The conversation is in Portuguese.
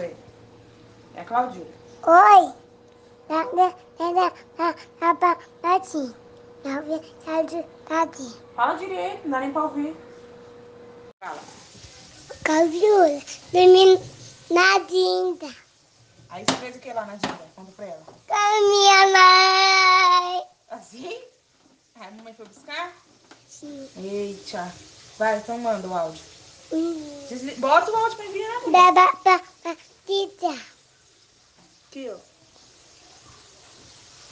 Peraí. É a Claudinha. Oi. Fala direito, não dá nem pra ouvir. Fala. Caviula, dormindo na dinda. Aí você fez o que lá na Dinda? Conta pra ela. Com a minha mãe. Assim? Aí a mamãe foi buscar? Sim. Eita. Vai, então manda o áudio. Bota o áudio pra enviar, mulher. Baba, Aqui, ó.